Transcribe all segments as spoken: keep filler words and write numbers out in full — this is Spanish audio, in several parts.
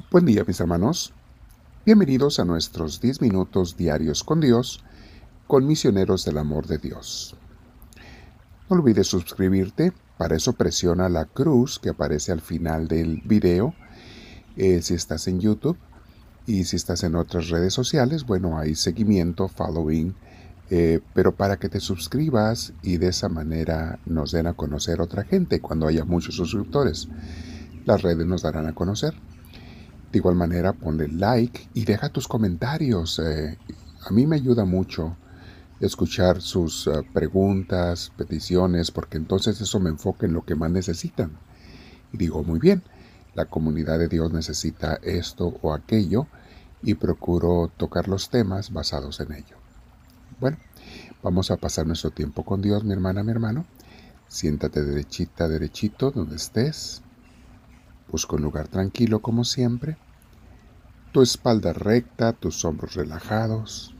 Buen día, mis hermanos. Bienvenidos a nuestros diez minutos diarios con Dios, con misioneros del amor de Dios. No olvides suscribirte, para eso presiona la cruz que aparece al final del video, eh, si estás en YouTube, y si estás en otras redes sociales, bueno, hay seguimiento, following, eh, pero para que te suscribas y de esa manera nos den a conocer otra gente cuando haya muchos suscriptores. Las redes nos darán a conocer. De igual manera, ponle like y deja tus comentarios. Eh, a mí me ayuda mucho escuchar sus uh, preguntas, peticiones, porque entonces eso me enfoca en lo que más necesitan. Y digo, muy bien, la comunidad de Dios necesita esto o aquello y procuro tocar los temas basados en ello. Bueno, vamos a pasar nuestro tiempo con Dios, mi hermana, mi hermano. Siéntate derechita, derechito, donde estés. Busca un lugar tranquilo como siempre. Tu espalda recta, tus hombros relajados.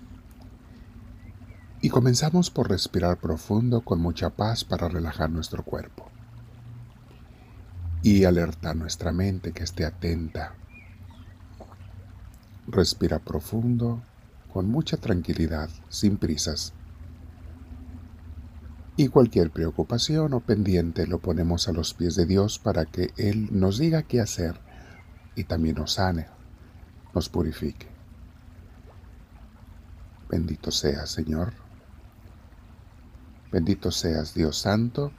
Y comenzamos por respirar profundo con mucha paz para relajar nuestro cuerpo. Y alertar nuestra mente que esté atenta. Respira profundo, con mucha tranquilidad, sin prisas. Y cualquier preocupación o pendiente lo ponemos a los pies de Dios para que Él nos diga qué hacer y también nos sane, nos purifique. Bendito seas, Señor. Bendito seas, Dios Santo.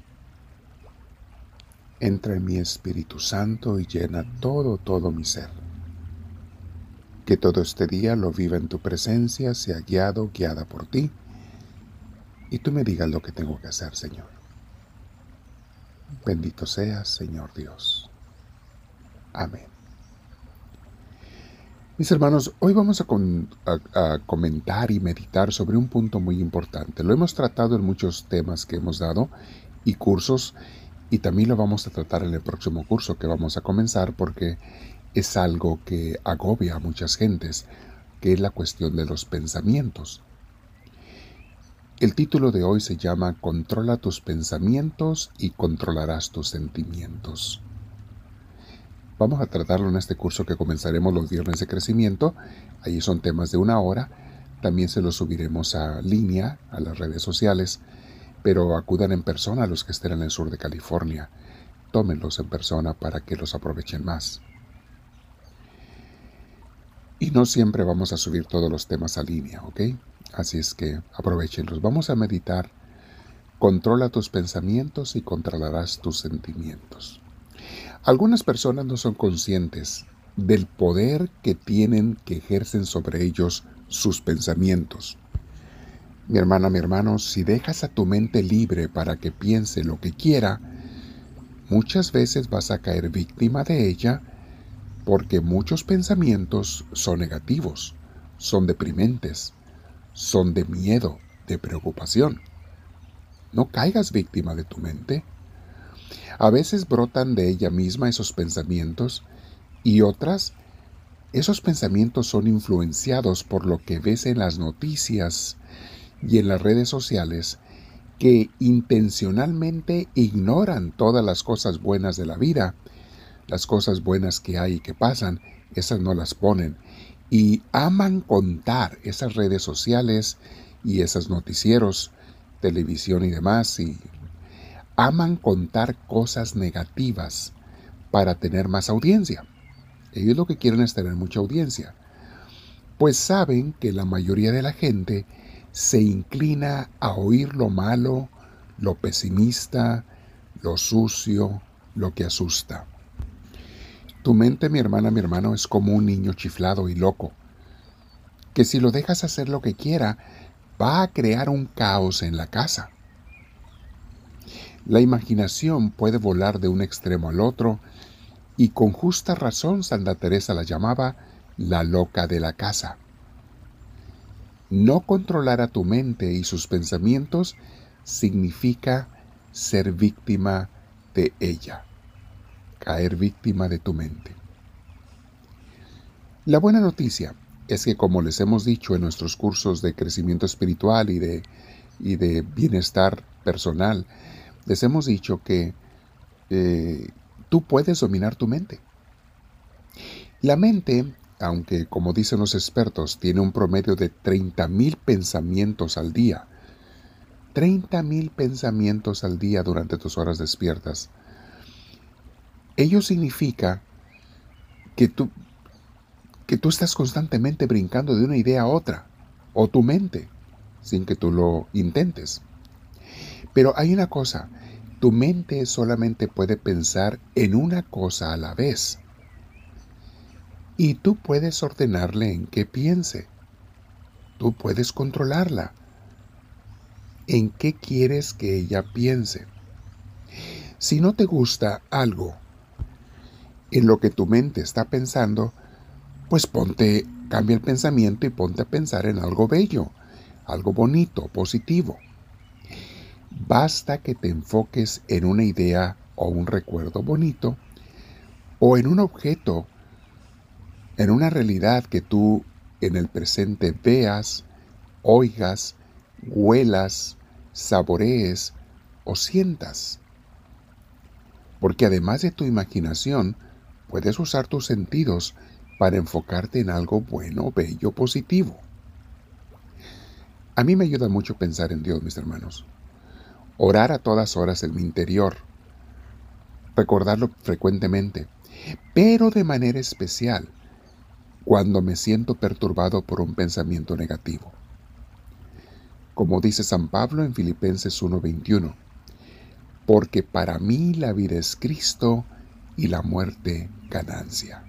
Entra en mi Espíritu Santo y llena todo, todo mi ser. Que todo este día lo viva en tu presencia, sea guiado, guiada por ti, y tú me digas lo que tengo que hacer, Señor. Bendito seas, Señor Dios. Amén. Mis hermanos, hoy vamos a, con, a, a comentar y meditar sobre un punto muy importante. Lo hemos tratado en muchos temas que hemos dado y cursos, y también lo vamos a tratar en el próximo curso que vamos a comenzar porque es algo que agobia a muchas gentes, que es la cuestión de los pensamientos. El título de hoy se llama Controla tus pensamientos y controlarás tus sentimientos. Vamos a tratarlo en este curso que comenzaremos los viernes de crecimiento. Allí son temas de una hora. También se los subiremos a línea, a las redes sociales, pero acudan en persona a los que estén en el sur de California. Tómenlos en persona para que los aprovechen más. Y no siempre vamos a subir todos los temas a línea, ¿ok? Así es que aprovechenlos. Vamos a meditar. Controla tus pensamientos y controlarás tus sentimientos. Algunas personas no son conscientes del poder que tienen, que ejercen sobre ellos sus pensamientos. Mi hermana, mi hermano, si dejas a tu mente libre para que piense lo que quiera, muchas veces vas a caer víctima de ella porque muchos pensamientos son negativos, son deprimentes, son de miedo, de preocupación. No caigas víctima de tu mente. A veces brotan de ella misma esos pensamientos y otras, esos pensamientos son influenciados por lo que ves en las noticias y en las redes sociales que intencionalmente ignoran todas las cosas buenas de la vida. Las cosas buenas que hay y que pasan, esas no las ponen. Y aman contar esas redes sociales y esos noticieros, televisión y demás, y aman contar cosas negativas para tener más audiencia. Ellos lo que quieren es tener mucha audiencia. Pues saben que la mayoría de la gente se inclina a oír lo malo, lo pesimista, lo sucio, lo que asusta. Tu mente, mi hermana, mi hermano, es como un niño chiflado y loco, que si lo dejas hacer lo que quiera, va a crear un caos en la casa. La imaginación puede volar de un extremo al otro, y con justa razón Santa Teresa la llamaba la loca de la casa. No controlar a tu mente y sus pensamientos significa ser víctima de ella, caer víctima de tu mente. La buena noticia es que, como les hemos dicho en nuestros cursos de crecimiento espiritual y de, y de bienestar personal, les hemos dicho que eh, tú puedes dominar tu mente. La mente, aunque como dicen los expertos, tiene un promedio de treinta mil pensamientos al día, treinta mil pensamientos al día durante tus horas despiertas, ello significa que tú, que tú estás constantemente brincando de una idea a otra, o tu mente, sin que tú lo intentes. Pero hay una cosa, tu mente solamente puede pensar en una cosa a la vez. Y tú puedes ordenarle en qué piense. Tú puedes controlarla. ¿En qué quieres que ella piense? Si no te gusta algo en lo que tu mente está pensando, pues ponte, cambia el pensamiento y ponte a pensar en algo bello, algo bonito, positivo. Basta que te enfoques en una idea o un recuerdo bonito o en un objeto, en una realidad que tú en el presente veas, oigas, huelas, saborees o sientas. Porque además de tu imaginación, puedes usar tus sentidos para enfocarte en algo bueno, bello, positivo. A mí me ayuda mucho pensar en Dios, mis hermanos. Orar a todas horas en mi interior. Recordarlo frecuentemente, pero de manera especial cuando me siento perturbado por un pensamiento negativo. Como dice San Pablo en Filipenses uno veintiuno, porque para mí la vida es Cristo y la muerte ganancia.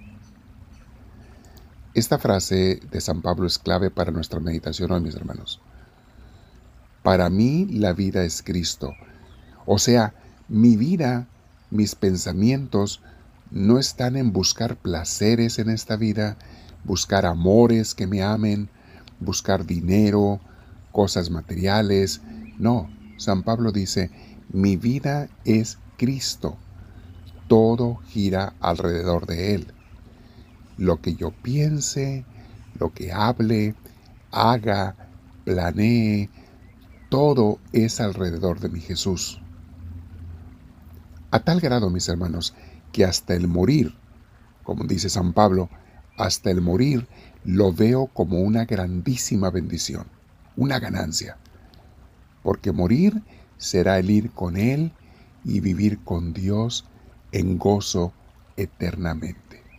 Esta frase de San Pablo es clave para nuestra meditación hoy, mis hermanos. Para mí la vida es Cristo. O sea, mi vida, mis pensamientos no están en buscar placeres en esta vida, buscar amores que me amen, buscar dinero, cosas materiales. No, San Pablo dice, mi vida es Cristo. Todo gira alrededor de Él. Lo que yo piense, lo que hable, haga, planee, todo es alrededor de mi Jesús. A tal grado, mis hermanos, que hasta el morir, como dice San Pablo, hasta el morir lo veo como una grandísima bendición, una ganancia. Porque morir será el ir con Él y vivir con Dios en gozo eternamente.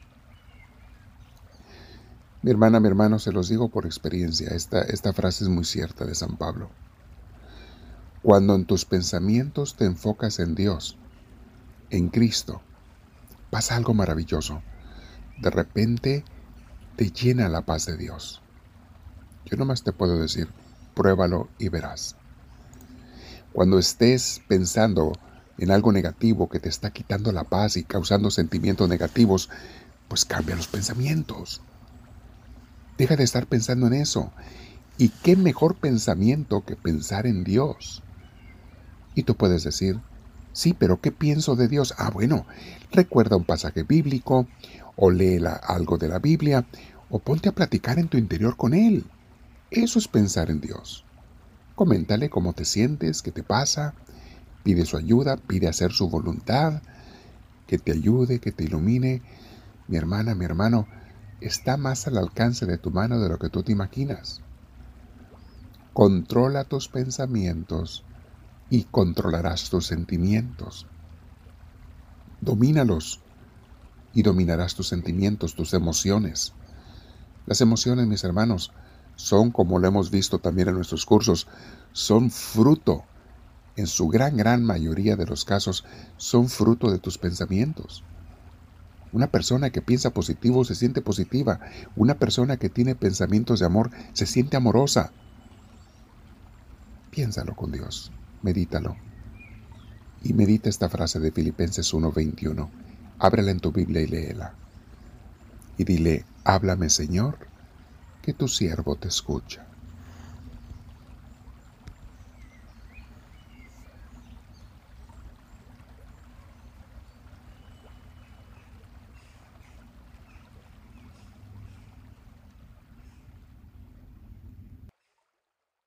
Mi hermana, mi hermano, se los digo por experiencia, esta, esta frase es muy cierta de San Pablo. Cuando en tus pensamientos te enfocas en Dios, en Cristo, pasa algo maravilloso. De repente te llena la paz de Dios. Yo nomás te puedo decir, pruébalo y verás. Cuando estés pensando en algo negativo que te está quitando la paz y causando sentimientos negativos, pues cambia los pensamientos. Deja de estar pensando en eso. ¿Y qué mejor pensamiento que pensar en Dios? Y tú puedes decir, sí, pero ¿qué pienso de Dios? Ah, bueno, recuerda un pasaje bíblico, o lee la, algo de la Biblia, o ponte a platicar en tu interior con Él. Eso es pensar en Dios. Coméntale cómo te sientes, qué te pasa, pide su ayuda, pide hacer su voluntad, que te ayude, que te ilumine. Mi hermana, mi hermano, está más al alcance de tu mano de lo que tú te imaginas. Controla tus pensamientos y controlarás tus sentimientos. Domínalos y dominarás tus sentimientos, tus emociones. Las emociones, mis hermanos, son, como lo hemos visto también en nuestros cursos, son fruto, en su gran, gran mayoría de los casos, son fruto de tus pensamientos. Una persona que piensa positivo se siente positiva. Una persona que tiene pensamientos de amor se siente amorosa. Piénsalo con Dios, medítalo. Y medita esta frase de Filipenses uno veintiuno. Ábrela en tu Biblia y léela. Y dile, háblame, Señor, que tu siervo te escucha.